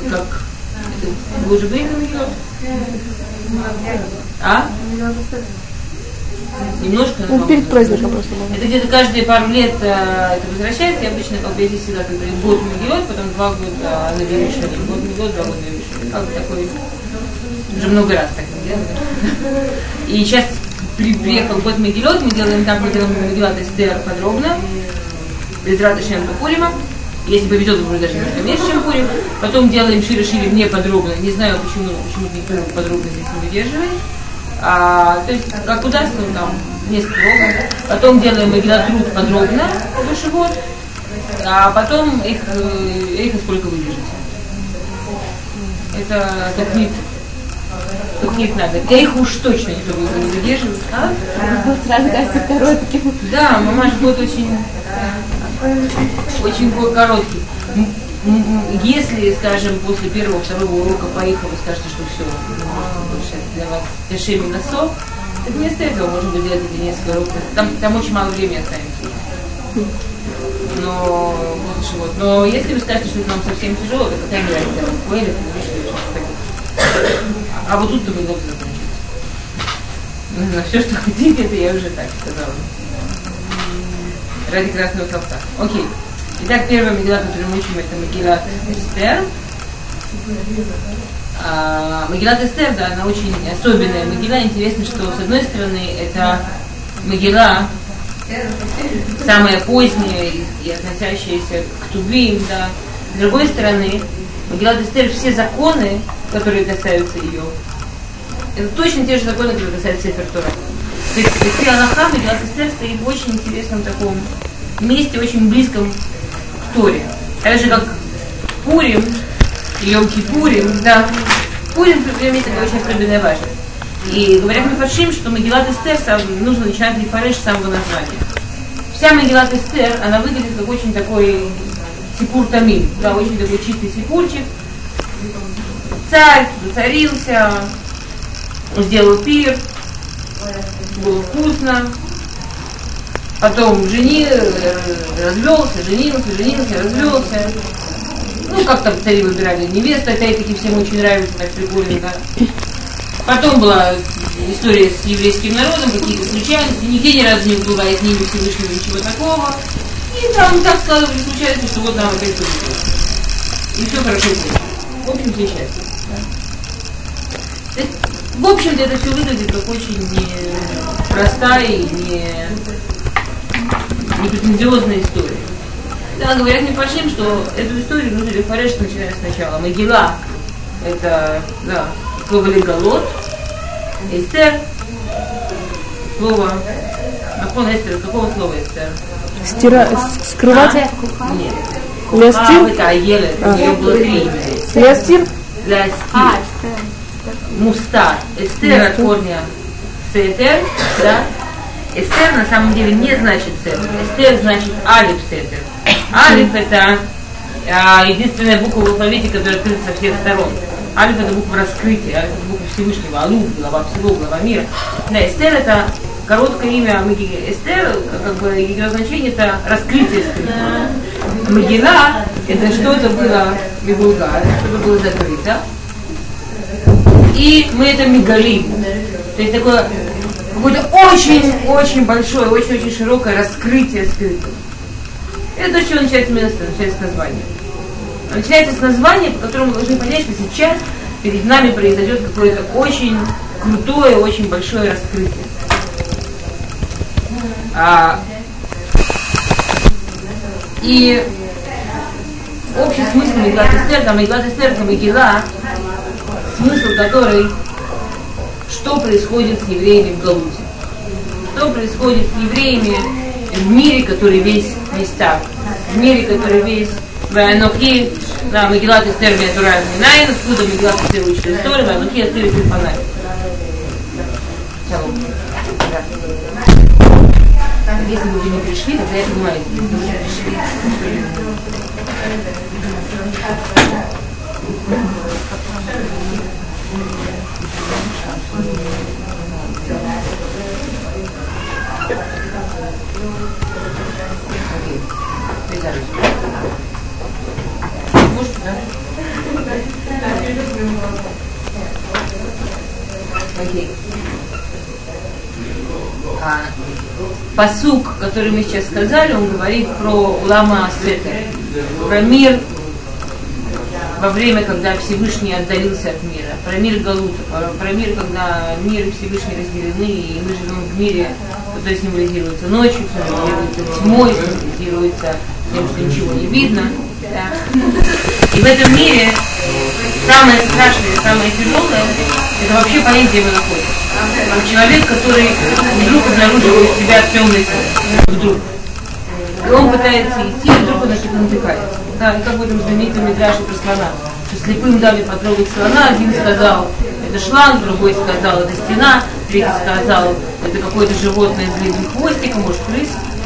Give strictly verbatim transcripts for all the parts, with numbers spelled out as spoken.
как... Вы уже были на Мегилот? А? Немножко. Ну, перед праздником просто. Это где-то каждые пару лет э, это возвращается. Я обычно как бы здесь всегда как бы, год Мегилот, потом два года на Веришаним. Год Мегилот, два года на Веришаним. Как бы такой... Уже много раз так мы делали. И сейчас при, приехал год Мегилот, мы делаем так, мы делаем Мегилот Эстер подробно. Без Раташем до Пурима. Если повезет, то будет даже немножко меньше, чем Пурим. Потом делаем Шире-Шире не подробно. Не знаю, почему, почему никто подробно здесь не выдерживает. А, то есть, как удастся, ну, там, несколько уроков. Потом делаем Мегилат Рут подробно, больше год. А потом их, их сколько выдержите. Это токнит. Токнит надо. Я их уж точно никто не выдерживает. А? Сразу кажется коротким. Да, мамаш год очень, очень короткий. Если, скажем, после первого, второго урока поехал, вы скажете, что все, больше для вас тяжелее на сок, так вместо этого можно будет делать эти несколько уроков. Там, там очень мало времени останется. Но, вот, вот. Но если вы скажете, что это нам совсем тяжело, то какая разница? Вы или а вот тут-то вы должны закончить. На все, что хотите, это я уже так сказала. Ради красного словца. Окей. Итак, первая Мегила, которую мы учим, это Мегилат Эстер. А, Мегилат Эстер, да, она очень особенная Мегила. Интересно, что с одной стороны это Мегила самая поздняя и, и относящаяся к Тувим, да. С другой стороны, Мегилат Эстер, все законы, которые касаются ее, это точно те же законы, которые касаются Сефер Тора. То есть, если Аллаха, Мегилат Эстер стоит в очень интересном таком месте, очень близком к Торе. Так же, как Пурим, Йом-Кипурим, да. Пурим имеет такая очень особенная важность. И говорят Мефаршим, что Мегилат Эстер нужно начинать Лифареш с самого названия. Вся Мегилат Эстер, она выглядит как очень такой сипур тамим, да, очень такой чистый сипурчик. Царь воцарился, сделал пир, было вкусно, потом жени, развелся, женился, женился, развелся. Ну, как там цари выбирали невесту, опять-таки всем очень нравится, так прикольненько. Потом была история с еврейским народом, какие-то случайности, нигде ни разу не уплывает ни Всевышнего, ничего такого. И там так складывались случайности, что вот нам опять повезло. И все хорошо будет. В общем, все счастье. Да? В общем-то, это все выглядит как очень непростая и не, не претензиозная история. Да, говорят Мефаршим, что эту историю нужно Лифареш начинать сначала. Мегила – это, да, слово Легалот, Эстер, слово, нахон Эстер, какого слова Эстер? Стира... Скрывать? А? Нет. Лястир? Это Аелет, у нее было три имени. Лястир? Лястир. А, Мустар. Эстер от корня Сетер, да. Эстер на самом деле не значит Сетер. Эстер значит Алиф Сетер. Алиф это а, единственная буква в алфавите, которая открыта со всех сторон. Алиф это буква раскрытия, Алиф это буква Всевышнего, Алуф, глава всего, глава мира. Да, Эстер это короткое имя Эстер, как бы ее значение это раскрытие скрытого. Мегила это что-то было Мегулга, что-то было закрыто. И мы это мегалим. То есть такое какое-то очень-очень большое, очень-очень широкое раскрытие скрытого. Это то, с чего начинается место, начинается с названия. Начинается с названия, по которому мы должны понять, что сейчас перед нами произойдет какое-то очень крутое, очень большое раскрытие. А, и общий смысл Мегилат Эстер, там Мегилат Эстер, там Мегила, смысл который, что происходит с евреями в Галуте. Что происходит с евреями в мире, который весь местах, в мире, который весь Вайанохи, да, Мегилат Эстер Миатурай Минайн, откуда Мегилат Эстер учит историю, Вайанохи Эстер Фанай. Если вы уже не пришли, тогда я понимаю, если вы уже пришли. Может, да? Окей. А, пасук, который мы сейчас сказали, он говорит про улама сетер, про мир во время, когда Всевышний отдалился от мира, про мир Галута, про, про мир, когда мир и Всевышний разделены, и мы живем в мире, который символизируется ночью, символизируется тьмой, символизируется тем, что ничего не видно. Да. И в этом мире самое страшное, самое тяжелое, это вообще понять, где мы находимся. Как человек, который вдруг обнаруживает себя темной комнатой, вдруг. И он пытается идти, и вдруг он что-то натыкается. Да, и как в этом знаменитом мидраше про слона. Что слепым дали потрогать слона, один сказал, это шланг, другой сказал, это стена, третий сказал, это какое-то животное с длинным хвостиком, может, крыс.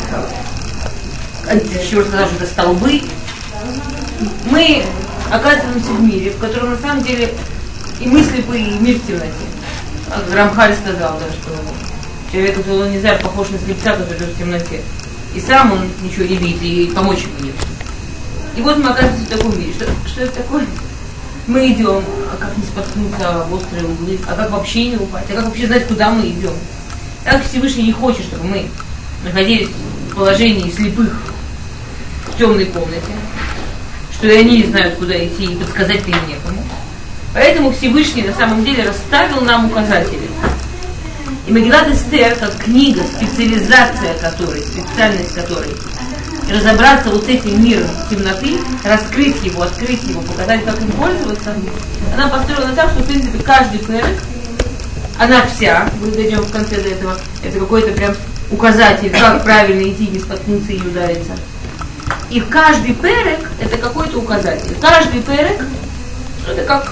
Еще сказал, что это столбы. Мы оказываемся в мире, в котором на самом деле и мы слепые, и мир в темноте. Рамхаль сказал, да, что человек, который не знаю, похож на слепца, который живет в темноте. И сам он ничего не видит, и помочь ему нет. И вот мы оказываемся в таком мире. Что, что это такое? Мы идем, а как не споткнуться в острые углы, а как вообще не упасть, а как вообще знать, куда мы идем. Так Всевышний не хочет, чтобы мы находились в положении слепых в темной комнате, что и они не знают, куда идти, и подсказать-то им некому. Поэтому Всевышний на самом деле расставил нам указатели. И Мегилат Эстер, как книга, специализация которой, специальность которой, разобраться вот с этим миром темноты, раскрыть его, открыть его, показать, как им пользоваться, она построена так, что, в принципе, каждый перек, она вся, мы дойдем в конце до этого, это какой-то прям указатель, как правильно идти, не споткнуться и не удариться. И каждый перек это какой-то указатель. Каждый перек это как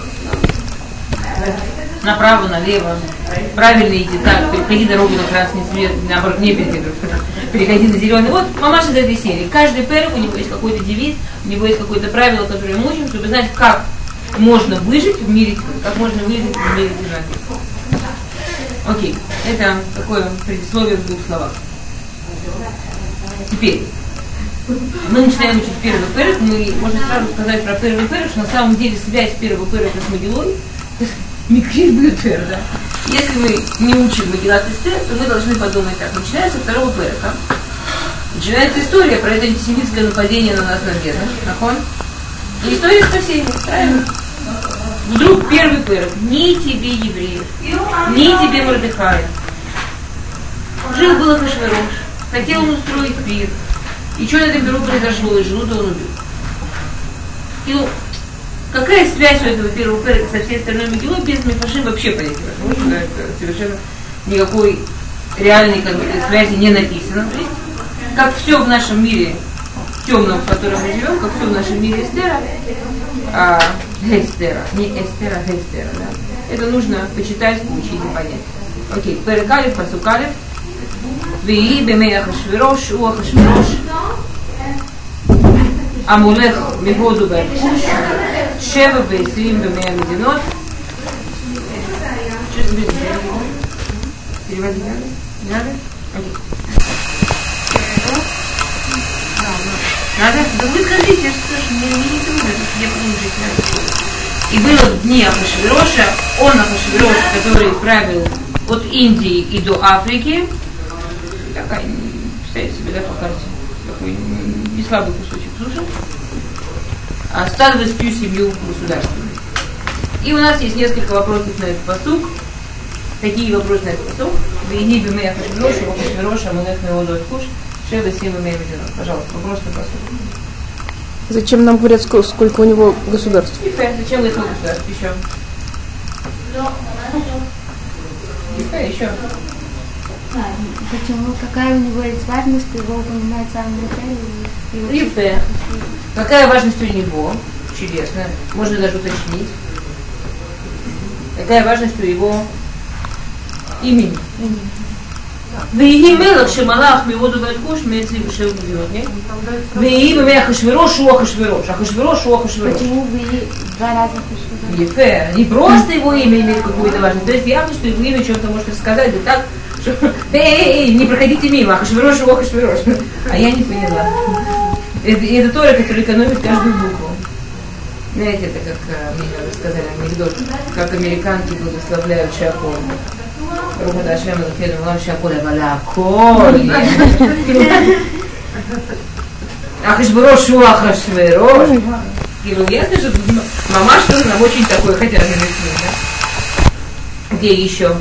направо, налево, правильно идти так, переходи дорогу на красный свет, наоборот, не переходи, переходи на зеленый. Вот мамаша из этой серии. Каждый перек, у него есть какой-то девиз, у него есть какое-то правило, которое мы учим, чтобы знать, как можно выжить в мире тьмы, как можно выжить в мире темноты. Окей, это такое предисловие в двух словах. Теперь, мы начинаем учить первый перек, мы можем сразу сказать про первый перек, что на самом деле связь первого перека с Мегилой Микриш Бьютер, да. Если мы не учим Мегилат Эстер, то мы должны подумать так. Начиная со второго перека, начинается история про это антисемитское нападение на нас на бедных, нахон? И история спасения, правильно? Вдруг первый перек, ни тебе евреев, ни тебе Мордехая. Жил был Ахашверош, хотел он устроить пир. И что на этом пиру произошло, и жену-то он убил. И ну, какая связь у этого первого перека со всей остальной Мегилой, без Мефашим вообще понять невозможно, да, это совершенно никакой реальной как бы, связи не написано. То есть, как все в нашем мире темном, в котором мы живем, как все в нашем мире Эстера, а, Эстера, не Эстера, Эстера, да, это нужно почитать, поучить и понять. Окей, перек алеф, пасук алеф. ויהי בימי אחשוורוש, הוא אחשוורוש המולך מהודו והכוש, שבע ועשרים במאה המדינות. Переводи надо? Надо? Окей. Надо? Да вы скажите, что мне не трудно, я буду жить надо. И было в дни Ахашвироша, он Ахашвирош, который правил от Индии и до Африки. Такая, представьте себе, да, по карте, такой не слабый кусочек суши, а ста двадцатью семью государствами. И у нас есть несколько вопросов на этот пасук. Такие вопросы на этот пасук. Вейни бимей Ахашвирош, Ахашвирош, Амунех Меоду Акуш, Шева Сима Мея Мединот. Пожалуйста, вопрос на пасук. Зачем нам говорят, сколько у него государств? Ифе, зачем это государств еще? Ифе, еще. Почему? Какая у него есть важность, его упоминает в самом начале? Ифе. Какая важность у него? Чудесно. Можно даже уточнить. Какая важность у его имени? Вейги мелах шемалах миводу вайткуш мецли вишел мудинот, нет? Вейги бимей Ахашвирош, у Ахашвирош. Ахашвирош, у Ахашвирош. Почему вы два раза Ахашвирош? Ефе. Не просто его имя имеет какую-то важность. То есть явно, что его имя что-то может рассказать, да так, что эй, не проходите мимо, Ахашвирош, у Ахашвирош. А я не поняла. Это, это Тора, который экономит каждую букву. Знаете, это как мне рассказали анекдот, как американки благословляют Шиаколь. Руха Дашем Элокейну Мелам Шиаколь Авала Коль. Ахашвирош у Ахашвирош. כאילו, ясно, что мамаш тоже нам очень такой, хотя намекнуть, да? Где еще?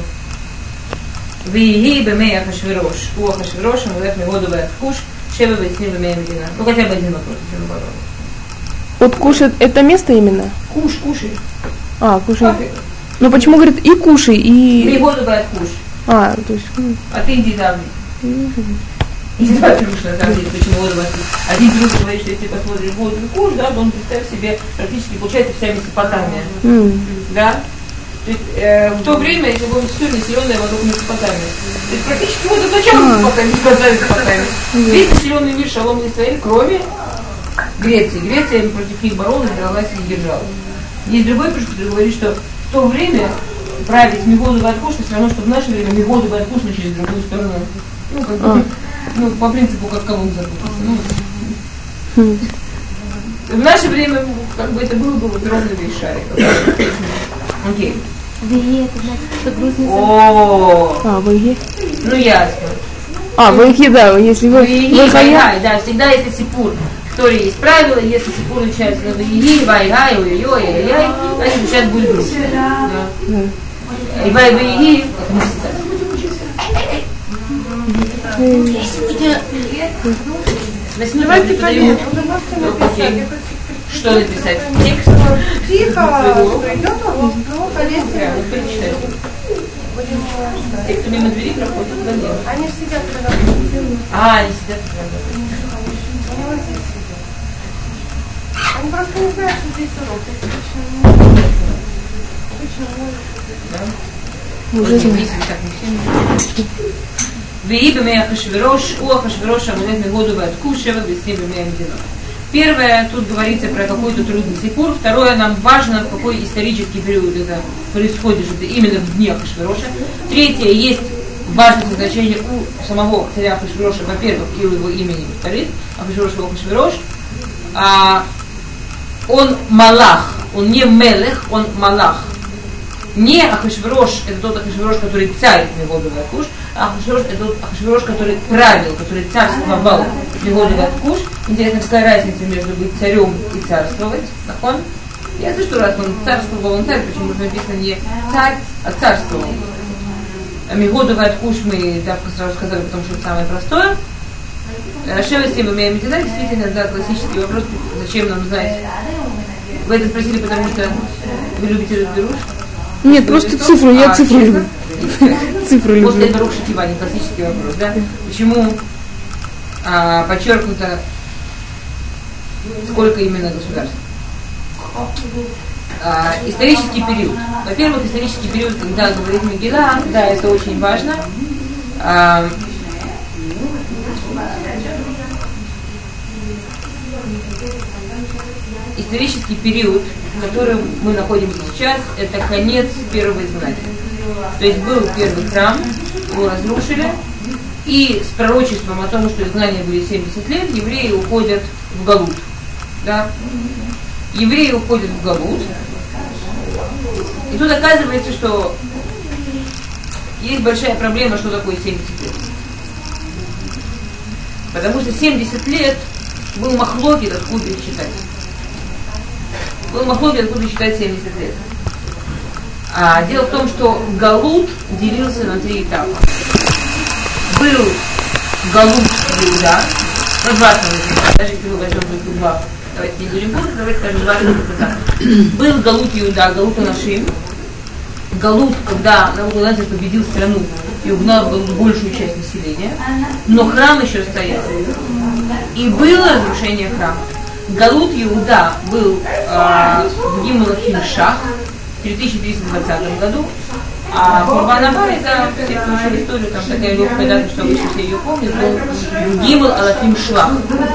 Виги бемей Ахашвирош. У Ахашвироша мулет мегоду вэткуш, шева бэйсни бемей медина. Ну, хотя бы один вопрос, если мы попробуем. Вот кушает, это место именно? Куш, кушай. А, кушай. Ну, почему, говорит, и кушай, и... Мегоду вэткуш. А, то есть... А ты иди там. Не знаю, на самом деле, почему воду воспитывать. Один друг говорит, что если посмотришь воду куш, да, то он, представь себе, практически получается вся Месопотамия. Mm. Да? То есть, э, в то время, если было все населенное вокруг Месопотамии. То есть практически воду начало Месопотамии, сказали Месопотамии. Весь населенный мир Шалом Исраэль, кроме Греции. Греция против них боролась, дралась и не держалась. Есть другой пишет, который говорит, что в то время править Мегоду Ваткуш, все равно, что в наше время Мегоду Ваткуш, но через другую сторону. Ну, как бы, а. ну, по принципу, как Колумб запутался. Ну, хм. В наше время, как бы, это было бы вот ровно весь шарик. Окей. Веге, это значит, что грустный язык. О, а, веге? Ну, ясно. А, веге, да, если вы... Веге, вайгай, да, всегда если сипур. В Торе есть правило, если сипур начинается на веге, вайгай, ой-ой-ой, ой-ой-ой, значит, сейчас будет грустно. И вай-веге, это мы всегда. Давайте подумаем. Что написать? Текст? Тихо, что идет урок, ну, полезно. Те, кто мимо двери проходит, да нет. Они сидят прямо. А, они сидят прямо. Они вот здесь сидят. Они просто не знают, что здесь урок. Обычно да? Уже здесь так не все. Веги бемей Ахашвирош, у Ахашвироша амулет мегоду вэткуш, шева бэйсни бемей медина. Первое, тут говорится про какой-то трудный сипур. Второе, нам важно, в какой исторический период это происходит, что это именно в дни Ахашвироша. Третье, есть важное значение у самого царя Ахашвироша, во-первых, и у его имени, во-вторых, Ахашвирош был Ахашвирош. А, он малах, он не мелех, он малах. Не Ахашвирош, это тот Ахашвирош, который царь Мегоду Ваткуш, а Ахашвирош, это тот Ахашвирош, который правил, который царствовал Мегоду Ваткуш. Интересно, какая разница между быть царем и царствовать? Нахон? Я знаю, что раз он царствовал, он царь, почему же написано не царь, а царствовал. А Мегоду Ваткуш мы давка сразу сказали, потому что это самое простое. Шева Сима Мея Медина, действительно, да, классический вопрос, зачем нам знать. Вы это спросили, потому что вы любите разберуш? Нет, просто цифру, я а, цифру люблю. Цифру люблю. После Барух Шатива, не классический вопрос, да? Почему а, подчеркнуто, сколько именно государств? А, исторический период. Во-первых, исторический период, когда говорит Мегила, да, это очень важно. А, исторический период, в котором мы находимся сейчас, это конец первого изгнания. То есть был первый храм, его разрушили, и с пророчеством о том, что изгнание будет семьдесят лет, евреи уходят в Галут. Да? Евреи уходят в Галут, и тут оказывается, что есть большая проблема, что такое семьдесят лет. Потому что семьдесят лет был махлокит, откуда их считать. Был махлокит, откуда считать семьдесят лет. А, дело в том, что Галут делился на три этапа. Был Галут Иуда, ну два основных, даже если мы возьмем только два, давайте не будем путать, давайте скажем два этапа. Был Галут Иуда, Галут Анашим. Галут, когда Навуходоносор победил страну и угнал в Галут большую часть населения, но храм еще стоял. И было разрушение храма. Галут Иуда был э, в Гимелахим Шах в три тысячи триста двадцатом году, а Хурбан Абайт, да, все, кто учили историю, там такая легкая дата, что обычно все ее помнят, был в Гимел Алахим Шлах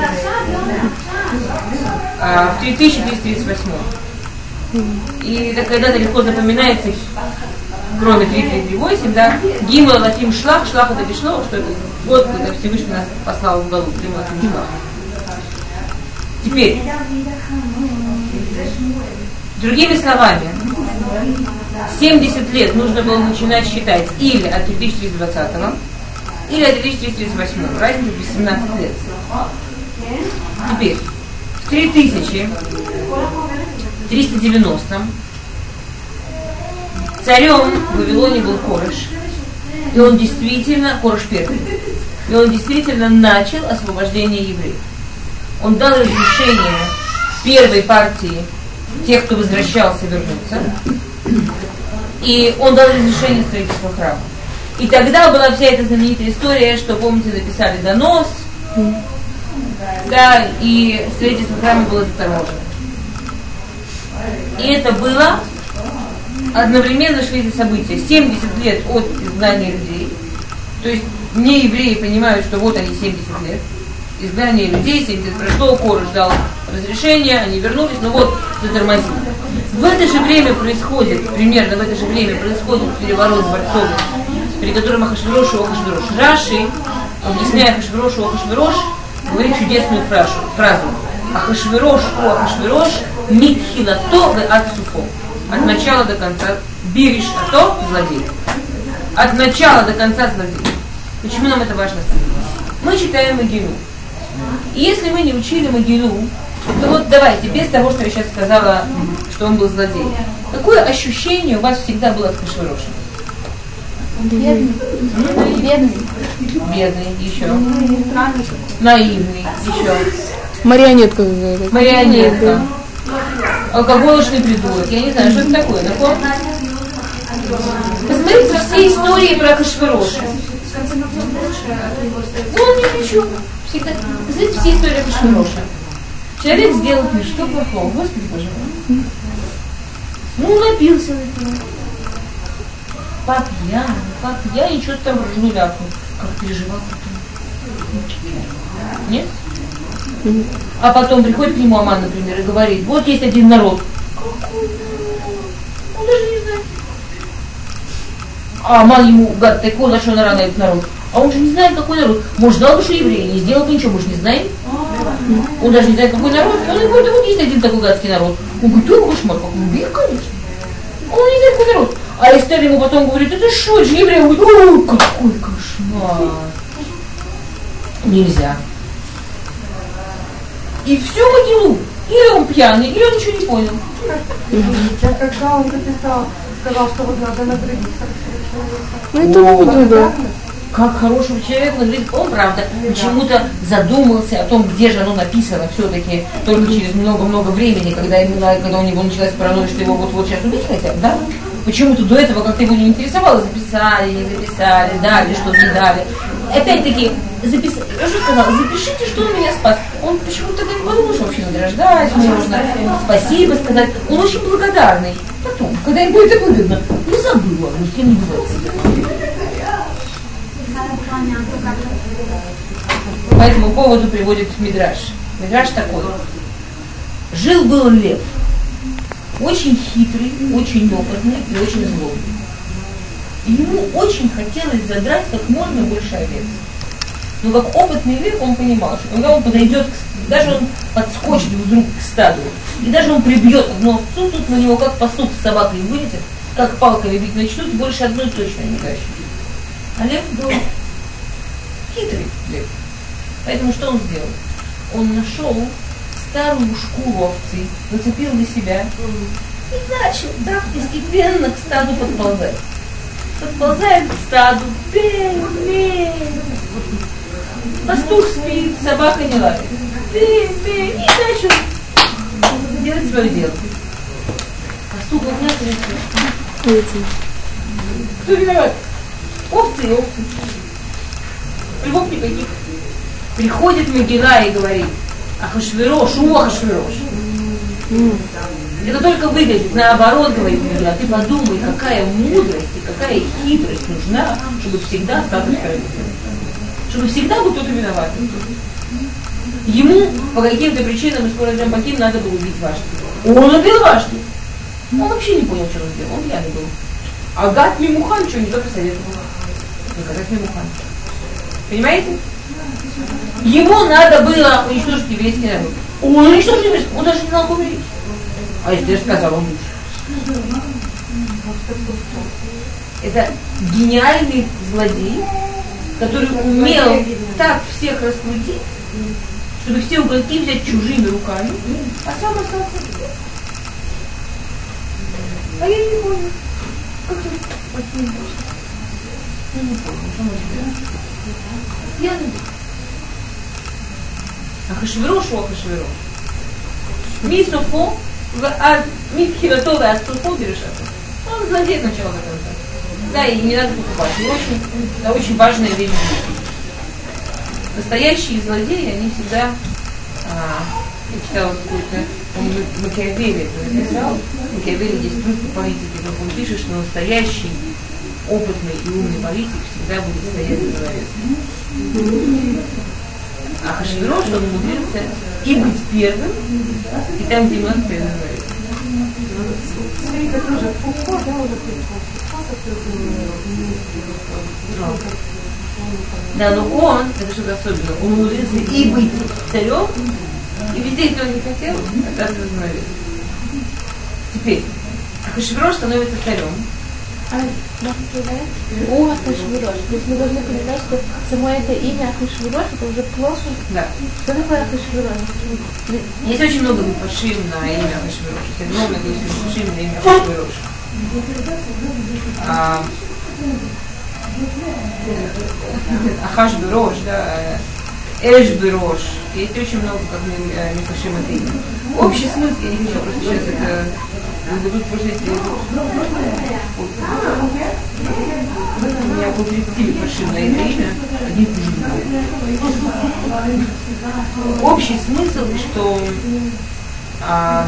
э, в три тысячи триста тридцать восьмом. И такая дата легко запоминается, кроме три три три восемь, да, Гимел Алахим Шлах, Шлах это Бишло, что это год, когда Всевышний нас послал в Галут, Гимел Алахим Шлах. Теперь, Другими словами, семьдесят лет нужно было начинать считать или от три тысячи триста двадцатого, или от три тысячи триста тридцать восьмого. Разница в восемнадцать лет. Теперь, в три тысячи триста девяностом царем в Вавилоне был Кореш. И он действительно, Кореш первый, и он действительно начал освобождение евреев. Он дал разрешение первой партии тех, кто возвращался, вернуться. И он дал разрешение строительства храма. И тогда была вся эта знаменитая история, что, помните, написали донос, да, и строительство храма было заторможено. И это было одновременно шли эти события. семьдесят лет от изгнания людей. То есть не евреи понимают, что вот они семьдесят лет. Изгнание людей, семьдесят прошло, Кореш дал разрешение, они вернулись, но вот затормозили. В это же время происходит, примерно в это же время происходит переворот дворцовый, при котором Ахашвирош и Охашвирош. Раши, объясняя Ахашвирошу и Охашвирош, говорит чудесную фразу. фразу. Ахашвирош у Ахашвирош митхилато ве ад суфо. От начала до конца. Бириш ато злодей. От начала до конца злодей. Почему нам это важно? Мы читаем Мегилу. И если мы не учили Мегилу, то вот давайте, без того, что я сейчас сказала, что он был злодей. Какое ощущение у вас всегда было от Ахашвироша? Бедный. Бедный. Бедный, еще. Наивный, еще. Марионетка какая-то. Марионетка. Алкоголичный придурок. Я не знаю, что это такое. Напомню. Посмотрите все истории про Ахашвироша. Ну, он ни при чем. Всегда. Посмотрите все истории Ахашвироша. Человек сделал мне что плохого. Господи, пожалуйста. Ну, напился на этого. Пап пьяный, пап пьяный, что-то там ржу ляпнул. Как переживал потом. Нет? А потом приходит к нему Аман, например, и говорит, вот есть один народ. Он даже не знает. А Аман ему, гад, такой лошон на этот народ. А он же не знает, какой народ. Может, знал бы, что евреи, не сделал бы ничего, мы же не знаем. Он даже не знает, какой народ. Он говорит, вот есть один такой гадский народ. Он говорит, ой, кошмар, какой убит, конечно. Он не знает, какой народ. А Эстер ему потом говорит, это что, это же евреи? Он говорит, ой, какой кошмар. Нельзя. И все Мегилу. Или он пьяный, или он ничего не понял. А когда он написал, сказал, что вот надо наградить Ну это буду, да. Как хорошего человека наградить. Он, правда, почему-то задумался о том, где же оно написано все-таки только через много-много времени, когда, именно, когда у него началась паранойя, что его вот-вот сейчас убить хотят, да? Почему-то до этого как-то его не интересовало, записали, не записали, дали, что не дали. Опять-таки, записали, я же сказала, запишите, что он меня спас. Он почему-то тогда не подумал, что вообще надо рождать, можно спасибо сказать. Он очень благодарный. Потом, когда ему это выгодно, не забыла, но с кем не бывает. По этому поводу приводит Мидраш. Мидраш такой. Жил-был лев. Очень хитрый, очень опытный и очень злобный. Ему очень хотелось задрать как можно больше овец. Но как опытный лев он понимал, что когда он подойдет, к, даже он подскочит вдруг к стаду, и даже он прибьет одну овцу, тут на него как пастух с собакой вылетит, как палками бить начнут, больше одной точно не тащит. А лев был хитрый лев. Поэтому что он сделал? Он нашел старую шкуру овцы, зацепил на себя и начал так постепенно к стаду подползать. Подползает к стаду, бей, бей. Пастух спит, собака не лает. Бей, бей, и начал делать свое дело. Пастух внимательно. Кто виноват? Овцы и овцы. Львов никаких. Приходит Мегила и говорит, Ахашвирош, у Ахашвирош. Это только выглядит. Наоборот, говорит Мегила, ты подумай, какая мудрость и какая хитрость нужна, чтобы всегда остаться в стороне. Чтобы всегда был кто-то виноват. Ему по каким-то причинам, мы скоро разберем, по каким надо было убить Вашти. Он убил Вашти. Он вообще не понял, что он сделал. Он пьяный был. А Гат Мимухан что не то посоветовал. Наказать Мимухан. Понимаете? Ему надо было уничтожить еврейский народ. Он уничтожил еврейский, он даже не знал, как умереть. А если я сказала муж? Это гениальный злодей, который умел так всех раскрутить, чтобы все уголки взять чужими руками, а сам остался. А я не понял. Как ты? Я не понял, что можно делать? Я не понял. Ахашвирош у Ахашвирош. Ми Софо, ми Пхиратовы от Софо Берешата. Он злодей от начала до конца. Да, и не надо покупать. Это очень, это очень важная вещь. Настоящие злодеи, они всегда... А, я читала какой-то... Он Макиавелли это написал. Макиавелли есть труд по политике, как он пишет, что настоящий, опытный и умный политик всегда будет стоять за занавесом. А Ахашвирош, он умудрился и быть первым, и там, где он стоит за занавесом. Это тоже Фуко, да, уже Фуко, Да, но он, это что-то особенное, он умудрился и быть царем, и везде, где он не хотел, оказывается за занавесом. Теперь, Ахашвирош становится царем. У Ахашвирош. То есть мы должны понимать, что само это имя Ахашвирош, это уже плохо. Да. Что такое Ахашвирош? Есть очень много мифашим на имя Ахашвирош. Есть огромное количество мифашим на имя Ахашвирош. А, Ахашвирош, да, Эшвирош. Есть очень много как мифашим это имя. Общий смысл, я не хочу просто сейчас это... Будут прожить... У меня около тридцати мифашим на это имя. Один хуже другого. Общий смысл, что а,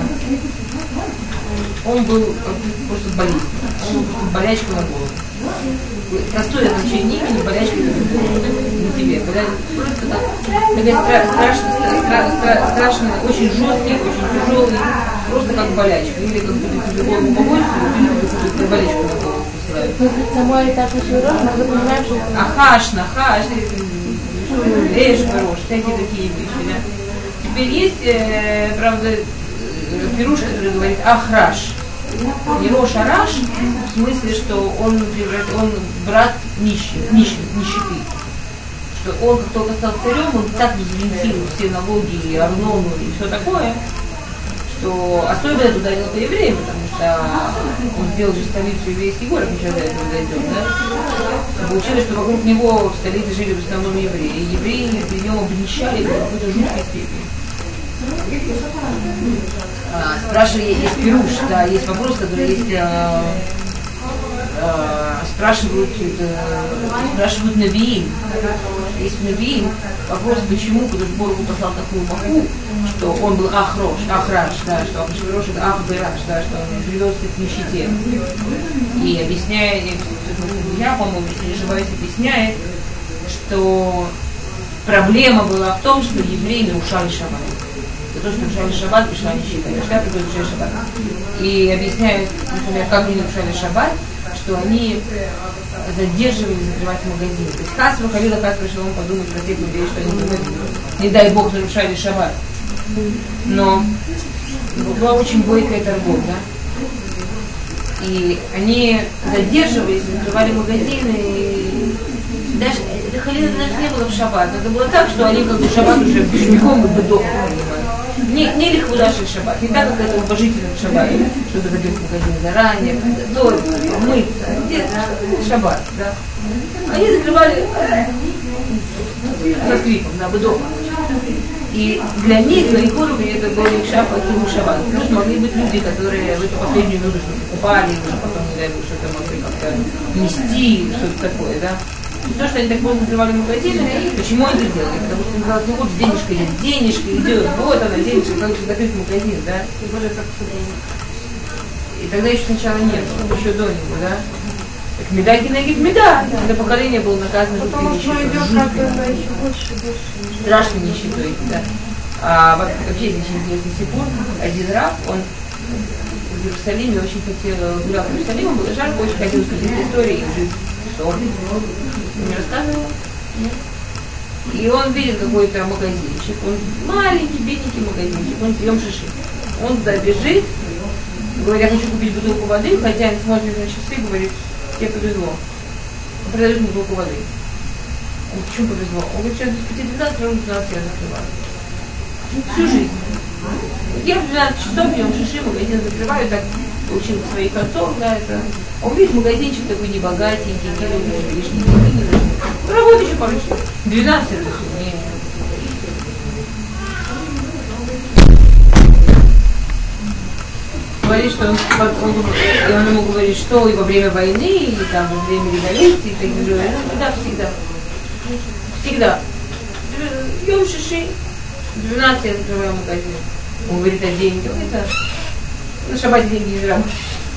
он был просто болезненный. Он был просто болячка на голову. Простое значение имени болячка на тебе. Просто такая страшная, стра, страшная, очень жесткий, очень тяжелый, просто как болячка. Или как будто тебе голову побольше, или как будто болячку на голову посылают. Само это Ахашвирош, мы понимаем, что... Ахаш, нахаш, эш, хорош, всякие такие вещи, да. Теперь есть, э, правда, э, пируш, который говорит Ахраш. Не Рош, а Раш, в смысле, что он, он брат нищих, нищих, нищеты. Что он, как только стал царем, он так взвинтил все налоги, и арнону и все такое, что особенно это ударило по евреям, потому что он сделал же столицу еврейский город, мы сейчас до этого дойдем, да? Получилось, что вокруг него в столице жили в основном евреи, и евреи при нем обнищали до какой-то жуткой степени. А, спрашиваю, есть пируш, да, есть вопрос, который есть, а, а, спрашивают, а, спрашивают Навиим. Есть Навиим вопрос, почему Бог послал такую маху, что он был Ахрош, Ахраш, да, что Ахашвирош это Ахбераш, да, что он привел к нищете. И объясняет, я, по-моему, если не ошибаюсь, объясняет, что проблема была в том, что евреи нарушали шаббат. За то, что нарушали шаббат, пришла нищета. И шаббат нарушали шаббат. И объясняют, например, как они нарушали шаббат, что они задерживали закрывать магазины. То есть Хас выходила, Хас пришел он подумать про тех людей, что они думают, не дай Бог, нарушали шаббат. Но была очень бойкая торговля, да? И они задерживались, закрывали магазины, и даже, это халина даже не было в шаббат. Это было так, что они как бы шаббат уже бегом и бедом понимают. Не, не лихвудаши шаббат, не так, как это уважительно в шаббате, что-то зайдет в магазин заранее, готовиться, мыться, где-то шаббат, да. Они закрывали со скрипом, да, бедом. И для них, на их уровне, это был их шаббат, и шаббат. Потому что могли быть люди, которые в эту последнюю минуту что-то покупали, уже потом, не дай бог, что-то могли как-то нести, что-то такое, да. И то, что они так поздно закрывали магазины, и почему они это делали? Потому что они говорят, ну вот денежка есть, денежка идет, вот она, денежка, как же закрыть магазин, да? И тогда еще сначала не было, еще до него, да? Так меда генегит меда, это поколение было наказано жуткой нищетой. Страшной нищетой, да. А вообще здесь интересный сипур, один раб, он в Иерусалиме очень хотел, гулял в Иерусалиме, было жарко, очень хотел сказать истории и жить. Он не рассказывал? Нет. И он видит какой-то магазинчик, он маленький, бедненький магазинчик, он съем шиши. Он туда бежит, Говорит, я хочу купить бутылку воды, хозяин смотрит на часы и говорит, тебе повезло. Он продает мне бутылку воды. Он говорит, почему повезло? Он говорит, сейчас до пяти двенадцати, ровно двенадцать я закрываю. Всю жизнь. Я в двенадцать часов днем шиши, магазин закрываю, так получил своих отцов, да, это. А он видит, магазинчик такой небогатенький, не любишь, лишние деньги не нужны. Работа еще пару часов. двенадцать это все. Говорит, что он, он, он ему говорит, что и во время войны, и там во время революции, и так далее. Ну, да, всегда. Всегда. Йом шиши. двенадцать я закрываю магазин. Он говорит, а деньги? Он говорит, на шаббате деньги не заработают.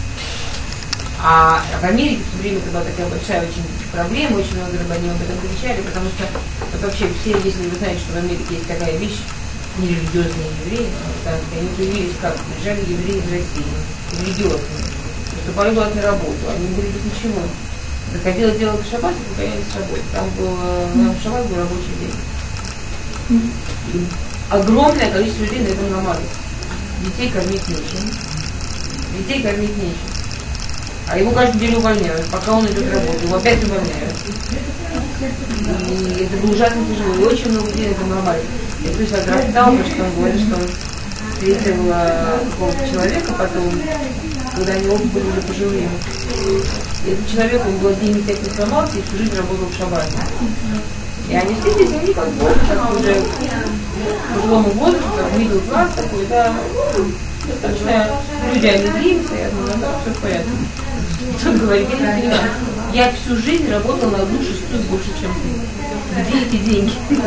А в Америке в то время это была такая большая очень проблема, очень много рабаним об этом кричали, потому что вот вообще все, если вы знаете, что в Америке есть такая вещь, нерелигиозные евреи, они появились как, приезжали евреи из России, религиозные, поступали куда-то на работу, они не говорили ничего. Заходила делать шаббат и выгонялись с работы. Там был, на шаббат был рабочий день. И огромное количество людей на этом ломались. Детей кормить нечем. Детей кормить нечем. А его каждую неделю увольняют, пока он идет работать, его опять увольняют. И это было ужасно тяжело. И очень много людей на этом ломались. Я слышала от Рафтауба, что он говорит, что он встретил какого-то человека потом, когда они оба были уже пожилыми. И этот человек, он был один из тех, кто сломался, и всю жизнь работал в шаббате. И они встретились, и они как бы как уже к пожилому возрасту, как middle класс такой, да, достаточно люди, они длинные, я думаю, да, все в порядке. Он говорит, я не понимаю, я всю жизнь работал на одну шестую больше, чем ты. Где эти деньги?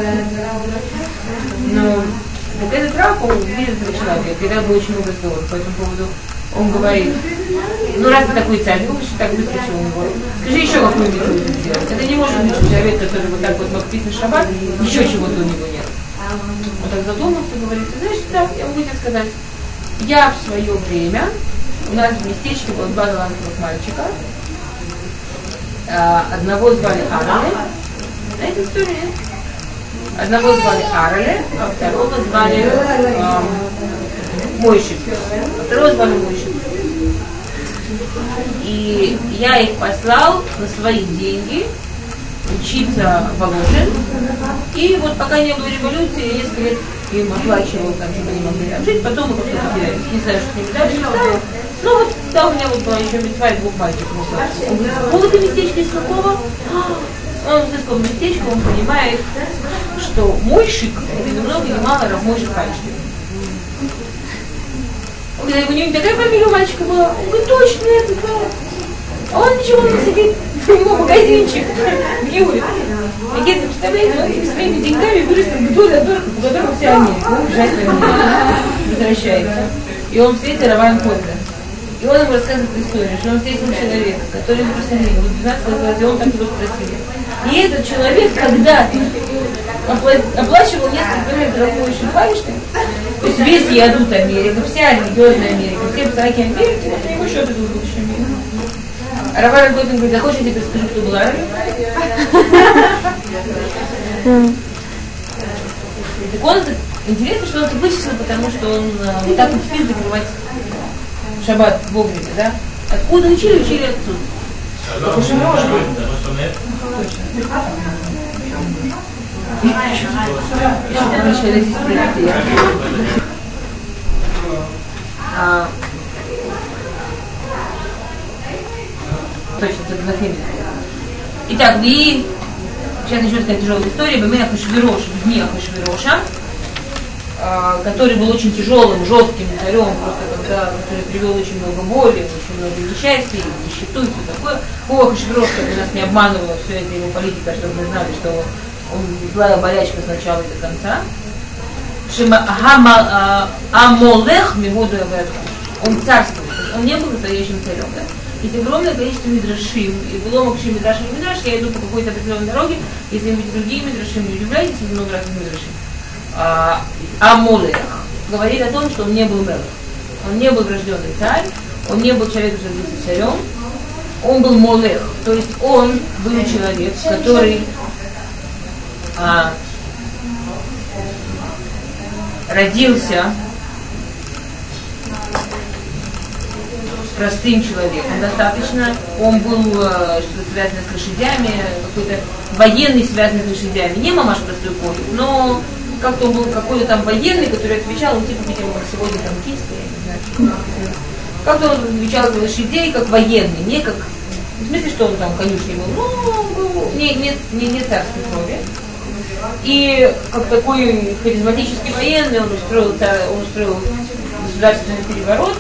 Но так этот раб, он видит этого человека, и тогда было очень много разговоров по этому поводу. Он говорит, ну раз ты такой царь, ну что так быстро чего он говорит, скажи еще какую-нибудь нужно сделать. Это не может быть человек, который вот так вот макпит на шаббат, еще чего-то у него нет. Он так задумался, говорит, знаешь, да, я могу тебе сказать, я в свое время, у нас в местечке было два талантливых мальчика, одного звали Арале, знаете историю? Одного звали Арале, а второго звали э, Мойшик. А второго звали Мойшик. И я их послал на свои деньги учиться в Воложин. И вот пока не было революции, я несколько лет им оплачивал, там, чтобы они могли там жить, потом мы как-то потерялись. Не знаю, что с ними дальше стало. Ну вот, да, у меня вот была еще митцва и двух мальчиков. Он говорит, какого ты местечка, из какого? Он взыскал местечко, он понимает, что Мойшик, это ни много ни мало, Рав Мойшик Файнштейн. Он говорит, у него не такая фамилия у мальчика была. Он говорит, точно, это да. А он ничего, он сидит, у него магазинчик в Юре. И где-то, представляете, он своими деньгами вырастил вдоль от дорога, по которому вся Америка. Он уезжает в Америку, возвращается. И он встретил Раван Котля. И он ему рассказывает историю, что он встретил человека, который ему просто не был, двенадцать лет, и он так его спросил. И этот человек когда-то оплачивал несколько лет дорогой Файнштейн, то есть весь ядут Америка, вся религиозная Америка, все псаки Америки, вот у него счет был в будущем мире. А Раван Котля говорит, а хочешь, я тебе скажу, кто был Арале? Так он, интересно, что он это вычислил, потому что он вот так вот спит закрывать шаббат вовремя, да? Откуда учили? Учили отсюда. Потому что может быть. Точно, это знакомится. Итак, и сейчас еще такая тяжелая история. Бемей Ахашвирош, в дни Ахашвироша, который был очень тяжелым, жестким царем, просто когда, который привел очень много боли, очень много несчастья, нищету и все такое. О, Ахашвирош, как нас не обманывала все это его политика, чтобы мы знали, что он злая болячка с начала и до конца. Амолех миводу он царствует, он не был настоящим царем, да? Есть огромное количество мидрашим, и было макшим мидраш и мидраш, я иду по какой-то определенной дороге, если видите другие мидрашим, не удивляйтесь, есть много разных мидрашим. А, Амолех говорит о том, что он не был мелех, он не был врожденный царь, он не был человек, который родился царем, он был молех, то есть он был человек, который а, родился простым человеком достаточно. Он был что-то связано с лошадями, какой-то военный, связанный с лошадями. Не мамаш простой конюх, но как-то он был какой-то там военный, который отвечал, ну типа, видимо, как сегодня танкисты, я не знаю. Как-то он отвечал за лошадей, как военный, не как... В смысле, что он там конюшней был, ну, был не, не, не, не царской крови. И как такой харизматический военный он устроил, он устроил государственный переворот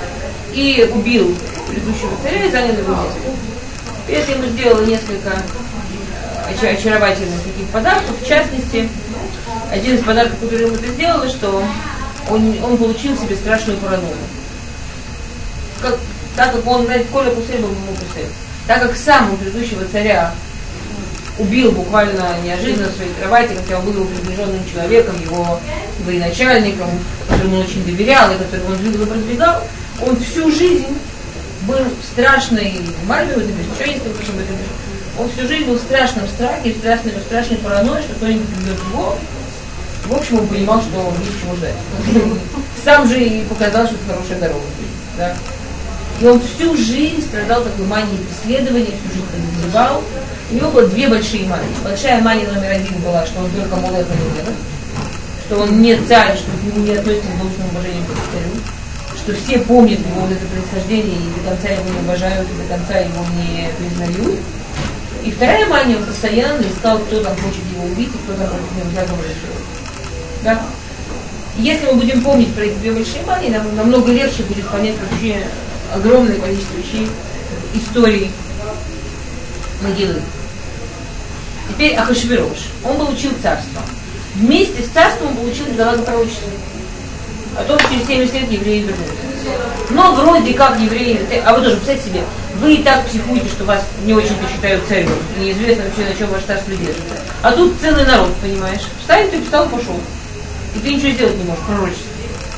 и убил предыдущего царя и занял его место. И это ему сделало несколько очаровательных таких подарков. В частности, один из подарков, который ему это сделало, что он, он получил себе страшную паранойю. Как, так как он, знаете, Коля Пусель был ему Пусель, так как сам у предыдущего царя убил буквально неожиданно в своей кровати, хотя он был его приближенным человеком, его военачальником, которому он очень доверял и которого он любил и продвигал, он всю жизнь был в страшной, Мальбе в этом пишет, еще есть такое, чтобы это пишет, он всю жизнь был в страшном страхе, в страшной, в страшной паранойи, что кто-нибудь придет его. В общем, он понимал, что он есть чего ждать. Сам же и показал, что это хорошая дорога. Да? И он всю жизнь страдал такой манией преследования, всю жизнь подозревал. У него было две большие мании. Большая мания номер один была, что он только молод на дело, что он не царь, что к нему не относится с должным уважением к царю, что все помнят его вот это происхождение и до конца его не уважают, и до конца его не признают. И вторая мания, он постоянно искал, кто там хочет его убить и кто там против него заговор решил. Да? Если мы будем помнить про эти две большие мании, нам намного легче будет понять вообще огромное количество вещей, истории могилы. Теперь Ахашвирош. Он получил царство. Вместе с царством он получил пророчество. А то через семьдесят лет евреи вернулись. Но вроде как евреи... А вы тоже, представьте себе, вы и так психуете, что вас не очень-то считают царем. И неизвестно вообще, на чем ваше царство держится. А тут целый народ, понимаешь. Встань, ты встал, пошел. И ты ничего сделать не можешь, пророчество.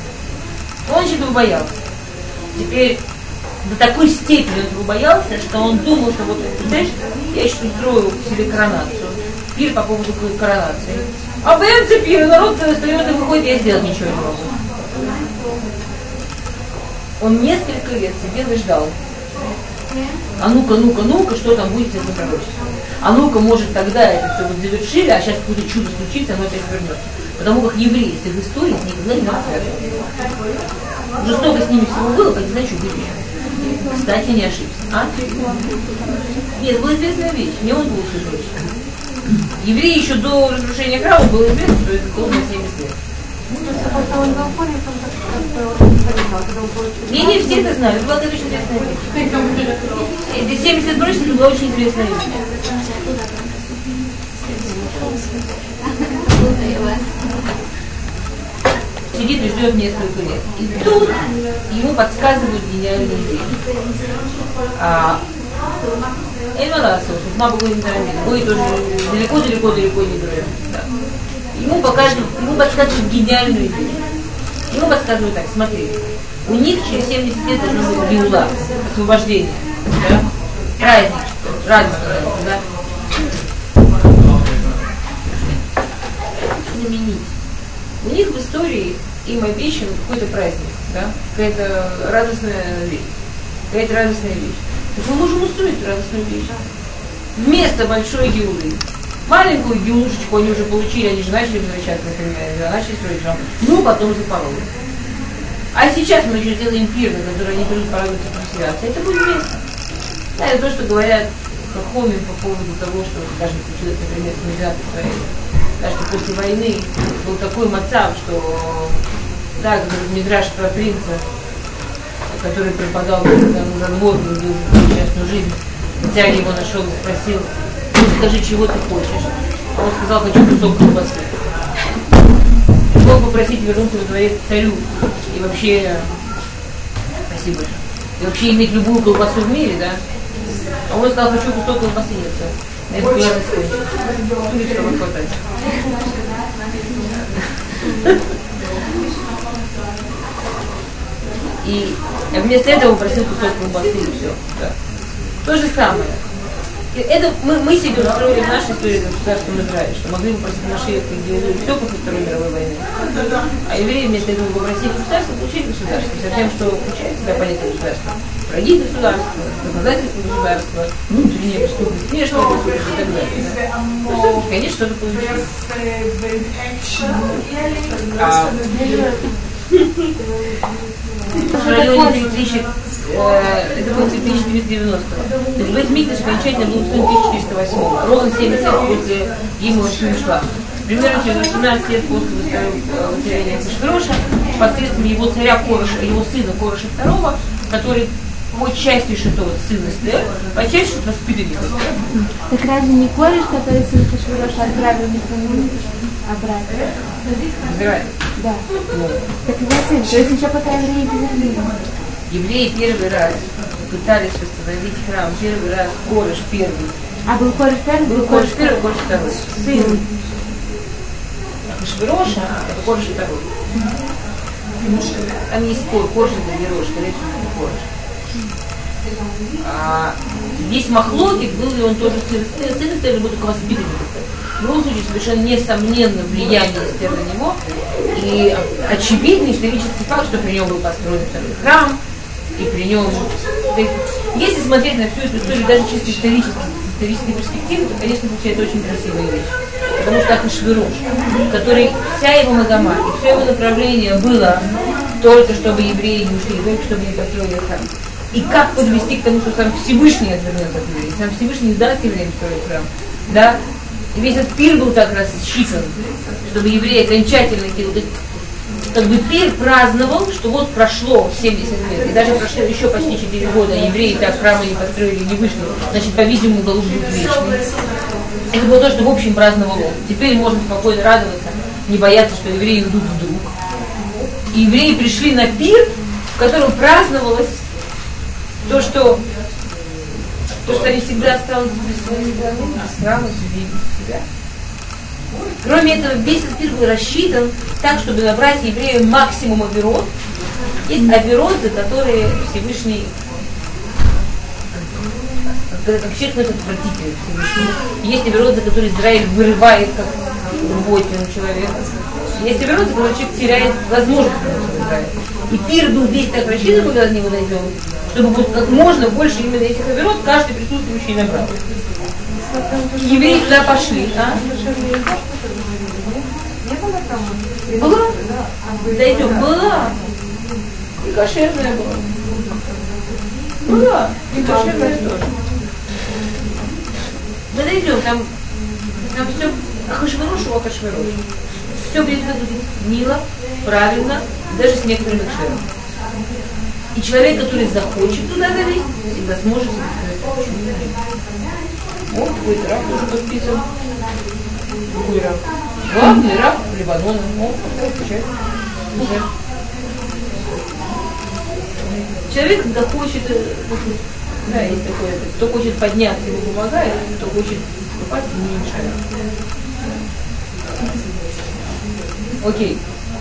Он очень этого боялся. Теперь до такой степени он этого боялся, что он думал, что вот, знаешь, я сейчас устрою себе коронацию. Пир по поводу коронации. А в конце пира народ встает и выходит, я сделать ничего не могу. Он несколько лет сидел и ждал. А ну-ка, ну-ка, ну-ка, что там будет с этим пророчеством? А ну-ка, может, тогда это все вот завершили, а сейчас какое-то чудо случится, оно опять вернется. Потому как евреи с их историей никогда не могут связываться. Жестоко с ними всего было, как не знаю, что будет еще. Кстати, не ошибся. А? Нет, была известная вещь. Не он был слышать. Евреи еще до разрушения храма было известно, что это было на семьдесят лет. Не, не, все это знали. Это была очень известная вещь. Эти семьдесят лет прочности, это была очень известная вещь. Сидит и ждет несколько лет. И тут ему подсказывают гениальную идею. Эльмаласов, мама будет не торопиться, будет уже далеко-далеко-далеко не дурен. Ему показывают, ему подсказывают гениальную идею. Ему подсказывают так, смотри, у них через семьдесят лет должно быть геула, освобождение, да? Праздник, радость, да? Заменить. У них в истории им обещан какой-то праздник, да? Какая-то радостная вещь. Какая-то радостная вещь. Так мы можем устроить радостную вещь. Вместо большой геулы. Маленькую геулушечку они уже получили, они же начали возвращаться, например, начали строить храм. Ну, потом запороли. А сейчас мы еще сделаем пир, на который они придут порадоваться просвятся. Это будет место. Да, это то, что говорят Хохомим по поводу того, что даже случилось, например, с Медиат Исраэлем. Да, что после войны был такой мацав, что, да, как Мидраш про принца, который преподал на задворную несчастную жизнь. Царь его нашел и спросил: ну скажи, чего ты хочешь? А он сказал: хочу кусок колбасы. Мог попросить вернуться во дворец к царю и вообще, спасибо большое, и вообще иметь любую колбасу в мире, да? А он сказал: хочу кусок колбасы, нет, да? На это популярность кончится. Тут что вам хватает. И вместо этого просил кусок колбасы и все. Да. То же самое. Это мы, мы себе устроили в нашей истории государством Израиля, что могли бы просить Машиах и Геулу все после Второй мировой войны. А евреи вместо этого попросили государство, получили государство. Совсем, что включает в себя понятие государства. враги государства, законодательство государства, внутренние преступности, внешние преступности и так далее. Да. Ну, конечно, что-то получилось. А, в районе три тысячи, э, это было тысяча девятьсот девяностого. То есть Бейт-Микдаш окончательно был устроен в тысяча четыреста восьмом, ровно семьдесят лет после Гимова Шмишла. Примерно через восемнадцать лет после воцарения Ахашвироша, посредством его царя Короша, его сына Короша второго, который по части Шитова сын Эстер, по части воспитанник Эстер. Так разве не Кореш, который сын Ахашвироша, отправил Митрофана обратно? Израиль. Да. Ну. Так его сын, то есть еще пока евреи безумны. Евреи первый раз пытались восстановить храм, первый раз Кореш первый. А был Кореш первый? Был Кореш первый, Кореш второй. Сын Ахашвироша, это Кореш второй. Там есть спор, Кореш это Ерош, скорее всего, не Кореш. А, есть махлокит, был ли он тоже сын Эстер, сын Эстер, или был только воспитанник Эстер. В любом случае, совершенно несомненно влияние Эстер на него. И очевидный исторический факт, что при нем был построен второй храм, и при нем... Если смотреть на всю эту историю даже чисто исторически, с исторической перспективы, то, конечно, получается очень красивая вещь. Потому что Ахашвирош, который вся его мегама и все его направление было только чтобы евреи не ушли, только чтобы не построили храм. И как подвести к тому, что сам Всевышний отвернется от евреев, сам Всевышний не даст евреям строить храм. Да? И весь этот пир был так рассчитан, чтобы евреи окончательно кинули. Как бы пир праздновал, что вот прошло семьдесят лет, и даже прошло еще почти четыре года, а евреи так храмы не построили, не вышли, значит, по-видимому, голубь будет вечный. Это было то, что в общем праздновал он. Теперь можно спокойно радоваться, не бояться, что евреи уйдут вдруг. И евреи пришли на пир, в котором праздновалось то, что, то, что они всегда останутся без своей головы, без храма, без себя. Кроме этого, весь этот пир был рассчитан так, чтобы набрать евреям максимум авирот. Есть авирот, за которые Всевышний, как человек, это отвратительный Всевышний. Есть авирот, за которые Израиль вырывает, как рвотину человека. Есть авирот, за которые человек теряет возможность в Израиле. И пир был весь так рассчитан, когда до него дойдем, чтобы вот как можно больше именно этих авирот каждый присутствующий набрал. Евреи туда пошли, а? Была? Дойдем, была. И кошерная была. Была. И кошерная тоже. Мы дойдем, там, там все Ахашвирош у Ахашвирош. Все будет выглядеть мило, правильно, даже с некоторым экшером. И человек, который захочет туда залезть, всегда сможет себе сказать, почему нет. Вот какой раб уже подписан. Какой раб? Главный раб Ливанона. Он отвечает. Человек, когда хочет, да, есть такое, кто хочет подняться, ему помогает, кто хочет упасть, ему не мешает. Окей.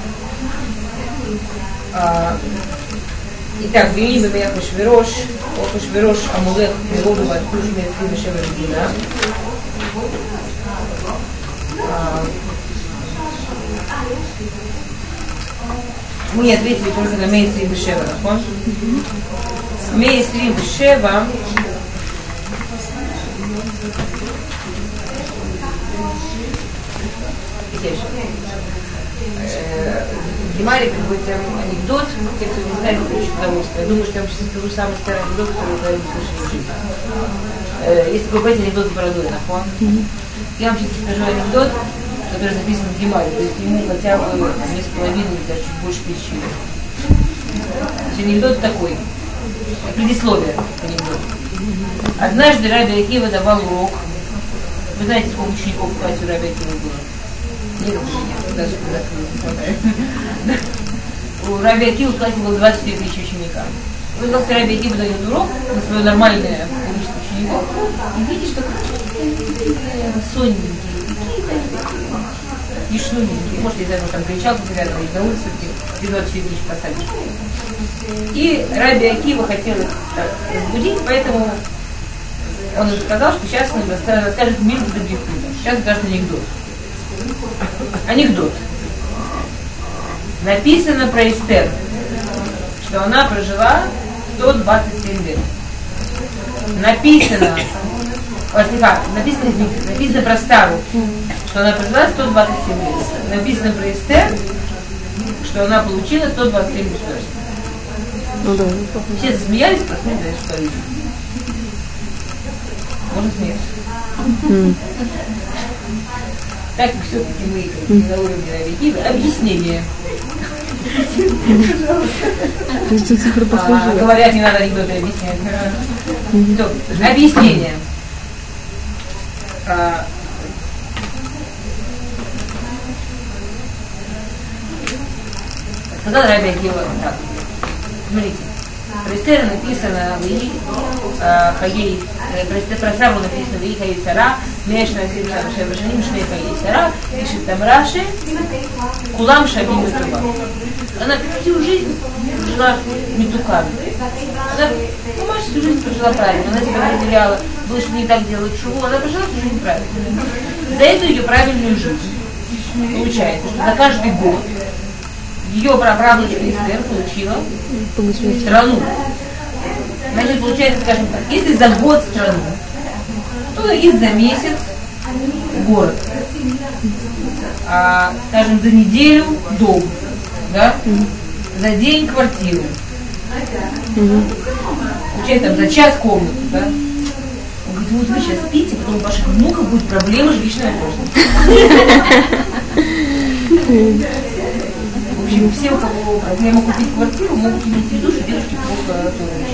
А, итак, Виим и Ахашвирош, Ахашвирош Амулех, Милоду Ватхуш, Мецлим Шевергина. Мы не ответили только на Мей Срим Бешева, נכון? Мей Срим Бешева. В Гемаре приводится анекдот, те, кто не знает, получит удовольствие. Я думаю, что я вам сейчас скажу самый старый анекдот, который вы когда-нибудь слышали в жизни. Если вы понимаете анекдот с бородой, нахон. Я вам сейчас скажу анекдот, который записан в Гемаре, то есть ему хотя бы две с половиной, даже чуть больше тысячи лет. Анекдот такой, предисловие к анекдоту. Однажды Раби Акива давал урок. Вы знаете, сколько учеников в классе у Раби Акива было? Нет, нет, даже когда не хватает. У Раби Акива в классе было двадцать четыре тысячи учеников. Вы знаете, Раби Акива дает урок на свое нормальное количество учеников. И видите, что какие-то сонненькие, какие-то ишнуненькие. Может, из-за этого там кричал, рядом на улице, где двадцать четыре тысячи посадки. И Раби Акива хотел их так разбудить, поэтому он уже сказал, что сейчас он расскажет мир до Бихуда. Сейчас скажет анекдот. Анекдот. Написано про Эстер, что она прожила сто двадцать семь лет. Написано, о, слегка, написано, извините, написано про Стару, что она прожила сто двадцать семь лет. Написано про Эстер, что она получила сто двадцать семь государств. Ну да. Все засмеялись, посмотрели дальше по видео. Можно смеяться. Mm. Так как все-таки мы mm. на уровне Равикива. Объяснение. а, говорят, не надо анекдоты объяснять. Mm-hmm. Объяснение. А, сказал Раби Акива так. Смотрите. Про Эстер написано Хаей, про Сару написано Вей Хаей Сара, Мешна Сирша Шевашаним Шней Хаей Сара, пишет там Раши, Кулам Шабим Ютуба. Она всю жизнь жила метуками. Она, ну, Маша всю жизнь прожила правильно, она себя определяла, было, что не так делать шуву, она прожила всю жизнь правильно. За эту ее правильную жизнь получается, что за каждый год ее праправнучка Эстер получила страну. Значит, получается, скажем так, если за год страну, то и за месяц город. А, скажем, за неделю дом, да? За день квартиру. Получается, там, за час комнату, да? Он говорит, вот вы сейчас спите, потом у ваших внуков будут проблемы жилищной кожи. В общем, все, у кого проблема купить квартиру, могут иметь в виду, что дедушки плохо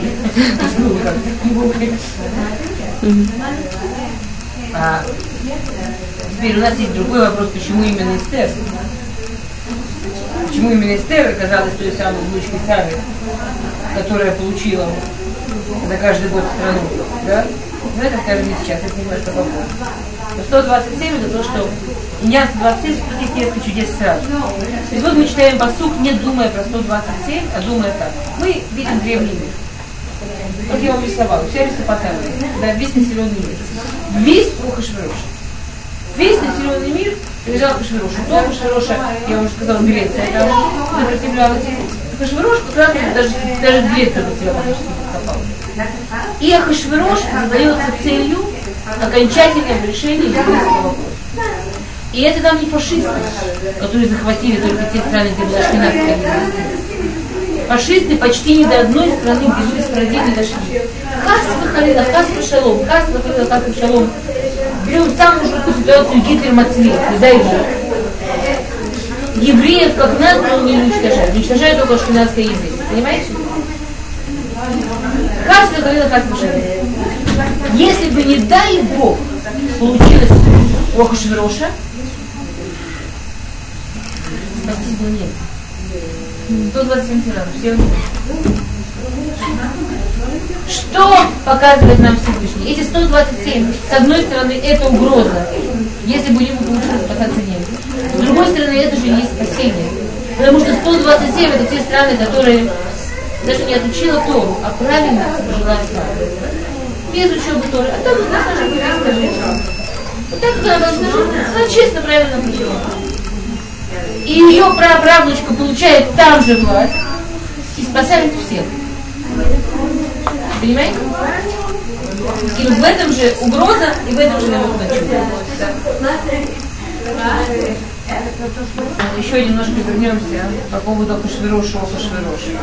а, Теперь у нас есть другой вопрос, почему именно Эстер? Почему именно Эстер оказалась той самой внучкой Сары, которая получила за каждый год страну, да? Но это скажем не сейчас, это немножко попозже. Но сто двадцать семь это то, что Иньян сто двадцать семь, тут есть несколько чудес сразу. То есть вот мы читаем пасук, не думая про сто двадцать семь, а думая так. Мы видим древний мир. Вот я вам рисовала, вся Месопотамия, да, весь населенный мир. Весь у Ахашвероша. Весь населенный мир лежал Ахашверошу. До Ахашвероша, я уже сказала, Греция там сопротивлялась. Ахашверош как раз даже, даже Греция под себя практически подкопала. И Ахашверош задается целью окончательного решения еврейского вопроса. И это нам не фашисты, которые захватили только те страны, где была шпинатская еврейская. Фашисты почти ни до одной страны, где были справедливы, не дошли. Хас выходила, хас шалом, хас выходила, хас шалом. Берем самую жуткую ситуацию Гитлер Мацлих, не дай Бог. Евреев как нацию не уничтожают, уничтожают только шпинатское еврейство, понимаете? Хас выходила, хас шалом. Если бы, не дай Бог, получилось у Ахашвероша, спастись было нет. сто двадцать семь тиранов, все вместе. Что показывает нам Всевышний? Эти сто двадцать семь, с одной стороны, это угроза, если бы у него получилось спасаться немцев. С другой стороны, это же и есть спасение. Потому что сто двадцать семь это те страны, которые даже не отучила Тору, а правильно жила страна. Без учебы Торы. А так она должна жить еврейская жизнь. Вот так она должна жить. Она честно, правильно жила. И ее праправнучка получает там же власть и спасает всех. Понимаете? И в этом же угроза, и в этом же намек на чудо. Еще немножко вернемся по поводу Ахашвероша, Ахашвероша.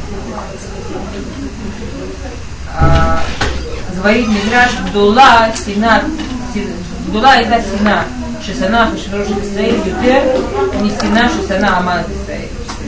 А, говорит Мидраш, Гдула, Сина, Гдула это Сина. Шесана Ахашверош Исраэль Ютер, не Сина, Шесана Аман Исраэль.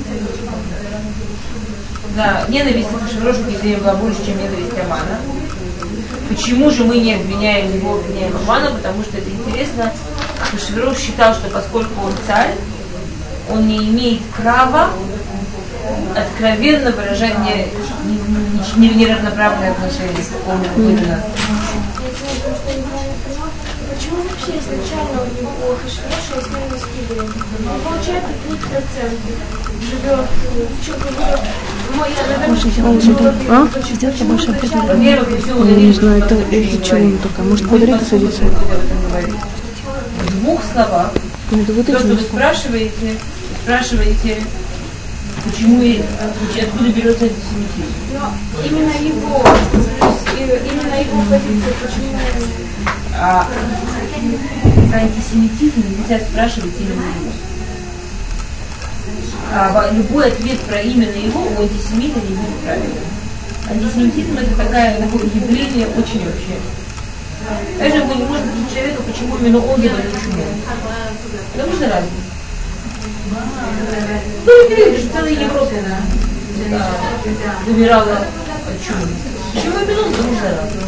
Да, ненависть Ахашвероша к евреям была больше, чем ненависть Амана. Почему же мы не обвиняем его, обвиняем Амана? Потому что это интересно. Ахашверош считал, что поскольку он царь, он не имеет права откровенно выражать неравноправное отношение к какому-то выданному. Почему вообще изначально у него Ахашвероша основной скидывает? Он получает три процента, живет в чем-то. А? Сидят побольше определенно. Я не знаю, это из-за чего он такая. Может, подарить садится? В двух словах. То, что вы спрашиваете, спрашиваете Почему и откуда берется антисемитизм? Но именно его, именно его позиция, почему... А про антисемитизм нельзя спрашивать именно его. А любой ответ про именно его у антисемита не будет правильным. Антисемитизм это такая, такое явление очень вообще. Даже мы не можем спросить человека, почему именно он говорит чумой. Потому что разница. Ну, не видишь, целая Европа да, умирала от чумы. Почему именно он? Потому что разница.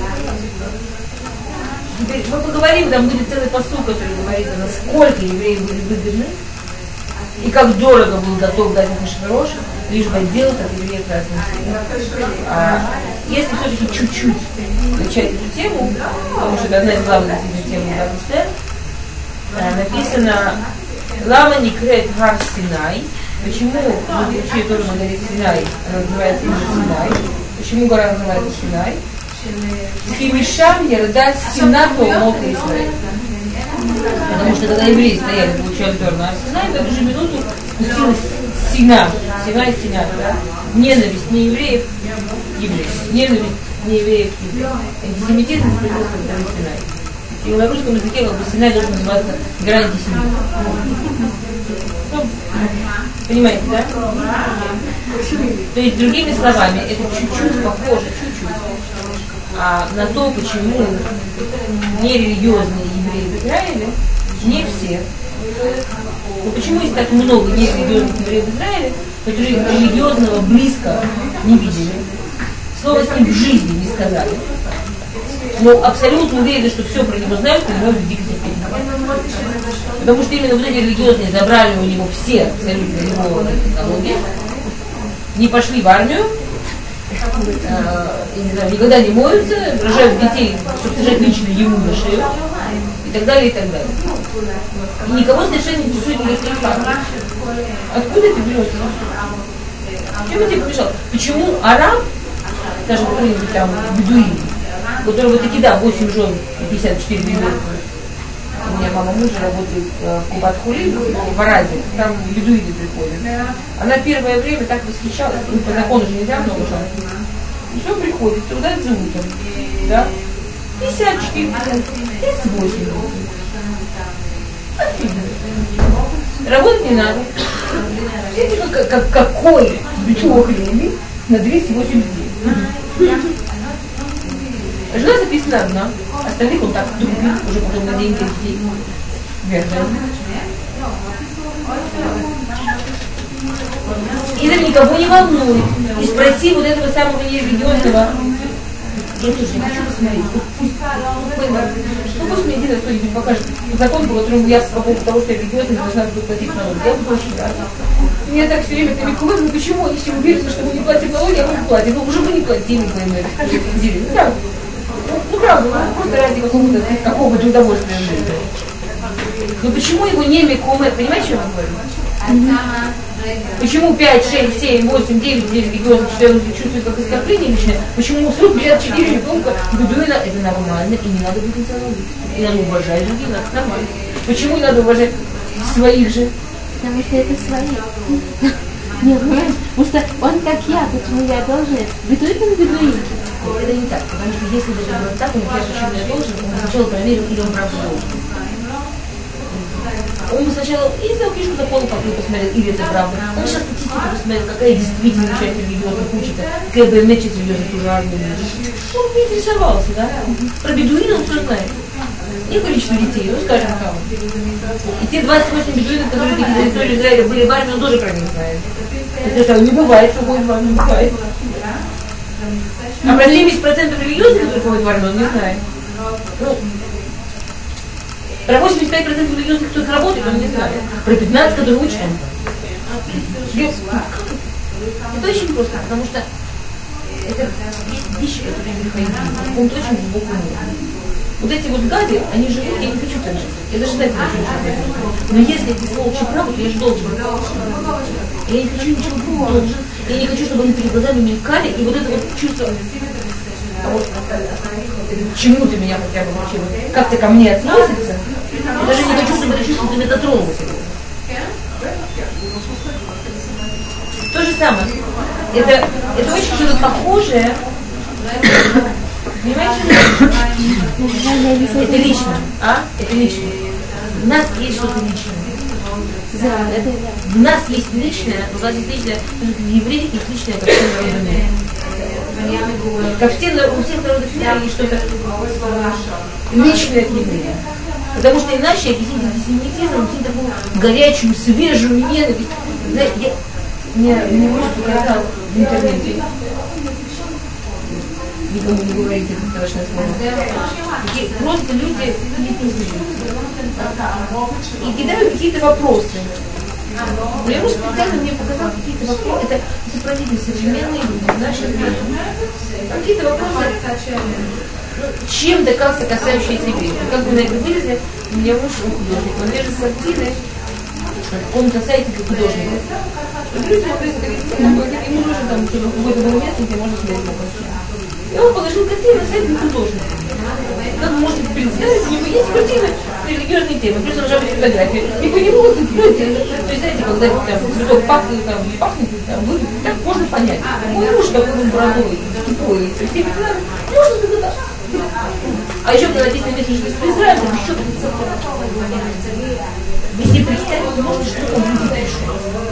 Теперь мы поговорим, там будет целый посыл, который говорит, насколько евреи были выгодны и как дорого был готов дать Ахашвирош, лишь бы отделать от евреев разных. А если все-таки чуть-чуть начать эту тему, потому что это одна из главных тем Дагустер, написано «Лама никрет гар Синай». Почему мы учили тоже на горе Синай, она называется именно Синай? Почему гора называется Синай? Химишам ярда Сина Толмот Израиль. Потому что когда евреи стояли, получали Тору на Синай, в эту же минуту спустилась Сина, Сина и Сина, да? Ненависть не евреев к евреям, ненависть не евреев к евреям. Антисемитизм спустился в горы Синай. И на русском языке как бы Синай должен называться гора антисемитизма. Ну, понимаете, да? То есть, другими словами, это чуть-чуть похоже, чуть-чуть, а на то, почему нерелигиозные евреи в Израиле, не все. Но почему есть так много нерелигиозных евреев в Израиле, которые религиозного близко не видели, слова с ним в жизни не сказали, но абсолютно уверены, что все про него знают, и него дико терпеть. Потому что именно вот эти религиозные забрали у него все абсолютно его технологии, не пошли в армию, э, не знаю, никогда не моются, рожают детей, чтобы сажать лично ему на шею, и так далее, и так далее. И никого совершенно не интересует никаких фактов. Откуда это берется? Чем я тебе помешал? Почему араб, даже какой-нибудь там бедуин, у которого таки да, восемь жен и пятьдесят четыре ребенка. У меня мама мужа работает в Кубат-Хули, в Араде, там бедуины приходят. Она первое время так восхищалась, ну, по закону же нельзя много жен. И все приходит, туда зовутом, да? пятьдесят четыре, тридцать восемь. Офигенно. Работать не надо. Видите, как, как, какой битюх времени на двести восемьдесят дней. Жена записана одна, остальных он так трубит, уже потом на деньги детей. Верно. И это никого не волнует. И спроси вот этого самого нерелигиозного. Я тоже не хочу посмотреть. Пусть, ну, пусть мне один кто-нибудь покажет закон, по которому я по поводу того, что я религиозная, должна буду платить налоги. Я буду очень рада. Меня так все время намекают, ну почему они все уверены, что мы не платим налоги, а мы не платим. Ну уже мы не платили, например. Ну да. Ну правда, ну просто ради какого-то какого-то удовольствия жизни. Но почему его не мекумет, понимаете, что я вам говорю? Mm-hmm. Почему пять, шесть, семь, восемь, девять религиозных членов чувствуют как оскорбление личное? Почему сто пятьдесят четыре ребенка бедуина? Это нормально, и не надо быть националистом. И надо уважать других, надо нормально. Почему не надо уважать своих же? Потому что это свои. Нет, понимаешь? Потому что он как я, почему я должен? Бедуин он бедуин. Это не так, потому что если даже было так, он первый, почему я должен, он сначала проверил, или он правда должен. Он сначала и за книжку закона пошел посмотрел, или это правда. Он сейчас статистику посмотрел, какая действительно часть религиозных учится, какая бы часть религиозных уже армии. Он не интересовался, да? Про бедуина он все знает. Не количество детей, ну скажем там. И те двадцать восемь бедуинов, которые такие на территории Израиля были в армии, он тоже про них знает. Это что, не бывает, что ходит в армию, не бывает. А про семьдесят процентов религиозных, которые ходят в армию, он не знает. Ну, про восемьдесят пять процентов религиозных, кто работает, он не знает. Про пятнадцать, которые учат, он знает. Это очень просто, потому что это есть вещи, которые не приходят. Он очень глубоко умный. Вот эти вот гады, они живут, я не хочу так жить. Я даже знать не хочу. Но если эти сволочи правы, то я же должен. Я не хочу ничего другого должен. Я не хочу, чтобы они перед глазами мелькали, и вот это вот чувство, а вот, чему ты меня хотя бы научила, как ты ко мне относишься, я даже не хочу, чтобы это чувство до меня дотронулось. То же самое. Это, это очень что-то похожее. Понимаете? Это лично. А? Это лично. У нас есть что-то личное. У нас есть личное, у нас есть личное, в евреях есть личное, как все народы мира. Как все, у всех народов мира есть что-то личное от еврея. Потому что иначе объяснить антисемитизм, объяснить такую горячую, свежую ненависть. Знаете, я, мне, мне муж показал в интернете, никому не говорите это страшное слово, такие просто люди и кидают какие-то вопросы. Но я специально мне показал какие-то вопросы, это сопротивные современные люди, наши люди. Какие-то вопросы, чем-то как-то касающиеся евреев. Как вы на это вылезли, у меня муж, он художник, он держит картины на каком-то сайте как художник. Ему нужно там, чтобы какой-то был место, где можно смотреть на картину. И он положил картину на сайт для художника. Как вы можете представить, у него есть картины религиозные темы, плюс он уже фотографии. И по нему вот эти, то есть, знаете, когда там цветок пахнет, там, пахнет, там, выглядит, так можно понять. Мой муж такой он бородой, тупой, со всеми делами, можно догадаться. А еще когда написано место, что из Израиля, там еще пятьсот. Вы себе представить не можете, что там люди пишут.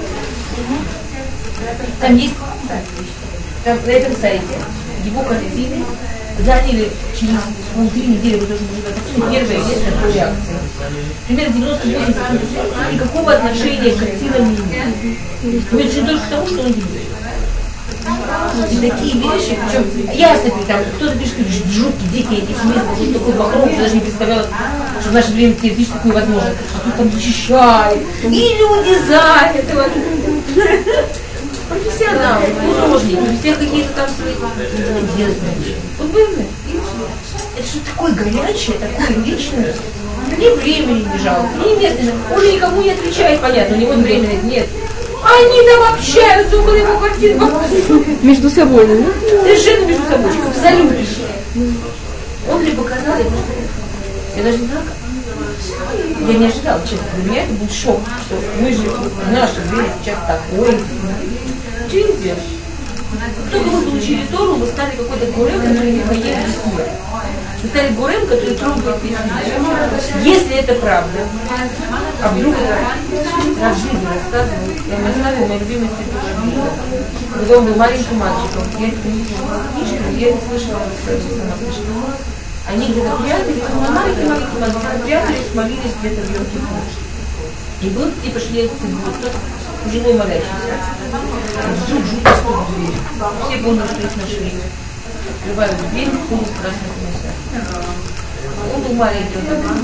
Там есть, там на этом сайте его картины заняли через полторы недели, вы тоже можете написать первое место по реакции. Примерно девяносто восемь процентов никакого отношения к картинам не имеет. Но это же только к тому, что он видит. И такие вещи, причем ясно, там кто-то пишет, что жуткий, дикий антисемизм, что такой вокруг, я даже не представляла, что в наше время теоретически такое возможно. А тут там защищает, и люди заняты. Профессионалы, художники, у всех какие-то там свои делают. Вот вы, это что такое горячее, такое личное, ни времени не жалко, ни места, он же никому не отвечает, понятно, у него времени нет. Они там общаются около его картин. Между собой, да? Совершенно между собой, абсолютно. Он мне показал, я просто, я даже не знала, я не ожидала, честно, для меня это был шок, что мы же в нашем мире сейчас такой. Что не сделаешь? Только вы получили Тору, вы стали какой-то гурем, который не поедет в мир. Вы стали гурем, который трогает весь мир. Если это правда, а вдруг это раз в жизни рассказывал, я вам рассказывала мой любимый стих, когда он был маленьким мальчиком, я это не слышала книжку, я это слышала, сама слышала. Они где-то прятались, маленькие-маленькие мальчики, прятались, молились где-то в Йом-Кипур. И был, и пошли кто-то пожилой молящийся. Вдруг жутко стук в дверь. Все поняли, что их нашли. Открывают дверь, ходит красный комиссар. Он был маленький, он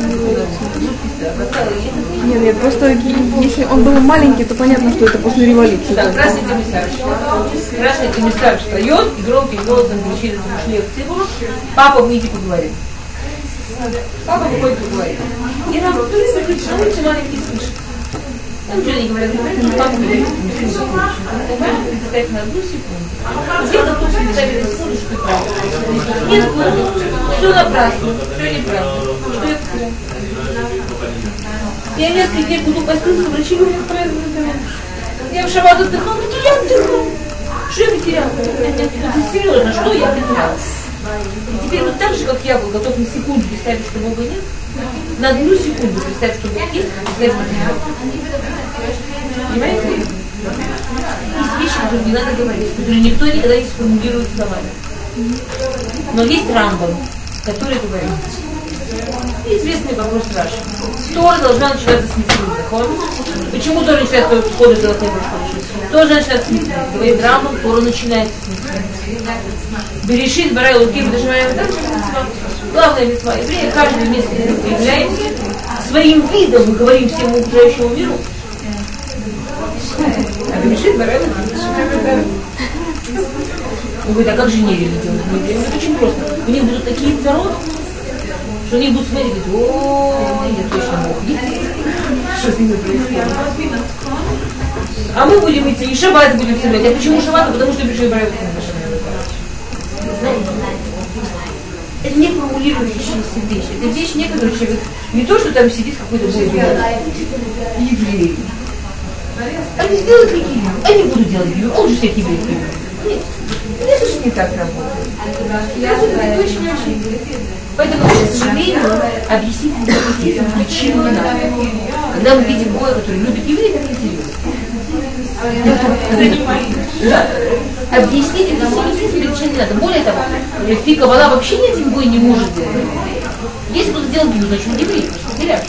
так Нет, нет, просто если он был маленький, то понятно, что это после революции. Да, красный комиссар. Красный комиссар встает и громким голосом кричит, ушли в цибур. Папа, выйди поговорим. Папа выходит поговорить. И нам туристы кричат, на улице маленький слышит. Там ничего не говорят, папа говорит, что не закончен. Представь на одну секунду. Где-то тут представили секунду, что ты прав. Нет, все напрасно, все неправда. Что я потерял? Я несколько дней буду поститься, врачи говорят, правильно. Я в шаббат отдыхал, так и я отдыхал. Что я потерял? Это серьезно, что я потерял? И теперь вот так же, как я был готов на секунду представить, что Бога нет, на одну секунду представить, что Бог есть, представить, что нет. Понимаете? Есть вещи, которые не надо говорить, которые никто никогда не сформулирует словами. Но есть Рамбам, который говорит. Известный вопрос Раши. Тора должна начинаться с Митцвот. Почему Тора начинается с входа в Золотой Башкориш? Тора начинается с Митцвот. Говорит Рамбам, Тора начинается с Митцвот. Берешит, Барай, Луким, Дашмаем, так же митцва. Главная митцва еврея, каждый месяц мы появляемся, своим видом мы говорим всему окружающему миру. А Берешит, Барай, Луким, Дашмаем. Он говорит, а как же не религиозные? Это очень просто. У них будут такие царот, что они будут смотреть, о, я точно мог. Что с ними происходит? А мы будем идти, и шаббат будем соблюдать. А почему шаббат? Потому что Берешит, Барай, Луким, Дашмаем. Это не формулирующиеся вещи. Это вещь некоторых человек. Не то, что там сидит какой-то бой еврей. Они сделают какие? Они будут делать бью, он же всех евреев любит. Нет, это же не так работает. Это очень-очень. Поэтому, к сожалению, объяснить антисемитизм причину не надо. Когда мы видим Гоя, который любит евреев, это интересно. Да. Объяснить антисемитизм причину не надо. Более того, Фи Каббала вообще ни один Гой не может делать. Если кто-то сделал бью, значит он еврей, потому что потерявший.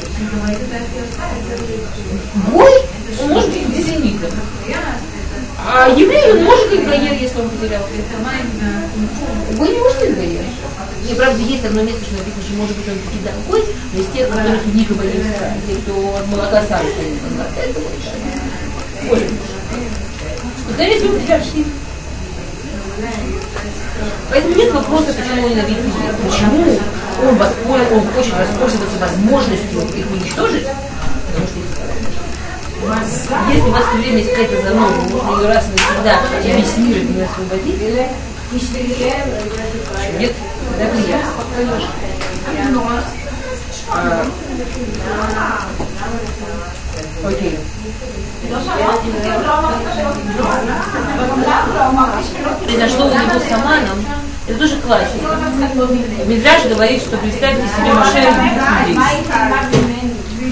Гой, он может быть антисемитом. А еврей, он может быть гаер, если он потерял. Гой не может быть гаер. И правда есть одно место, что написано, что может быть он таки дорогой, но из тех, которых никого не знает, те, кто от молока сам стоит. Это больше. Конечно, он потерявший. Поэтому нет вопроса, почему он ненавидит евреев. Почему он, воспользуется, он хочет воспользоваться возможностью их уничтожить? Потому что если у вас все время есть какая-то заноза, нужно ее раз и навсегда объяснить, и освободить, нет, это приятно. А, окей. Произошло у него с Аманом, это тоже классика. Мидраш говорит, что представьте себе Моше любит людей.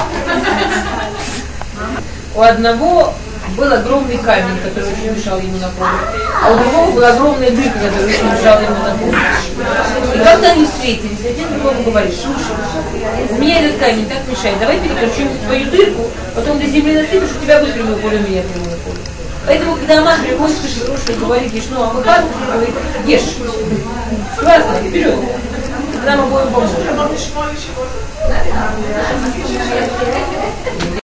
У одного был огромный камень, который очень мешал ему на поле, а у другого была огромная дырка, которая очень мешала ему на поле. И когда они встретились, один другому говорит: слушай, у меня этот камень так мешает, давай перекручим твою дырку, потом до земли насыпешь, у тебя будет прямое поле, у меня прямое поле. Поэтому, когда Аман приходит к Шиширушу и говорит: ешь, ну, а мы как? Он говорит: ешь. Классно, вперед. Нам обоим поможем.